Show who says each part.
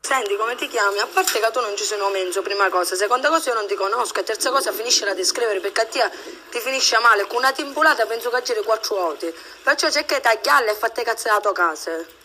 Speaker 1: Senti, come ti chiami? A parte che tu non ci sei un menso, prima cosa. Seconda cosa, io non ti conosco. E terza cosa, finiscila di scrivere perché a te ti finisce male. Con una timpulata penso che giri 4 ore. Perciò c'è che tagliarla e fatte cazzare la tua casa.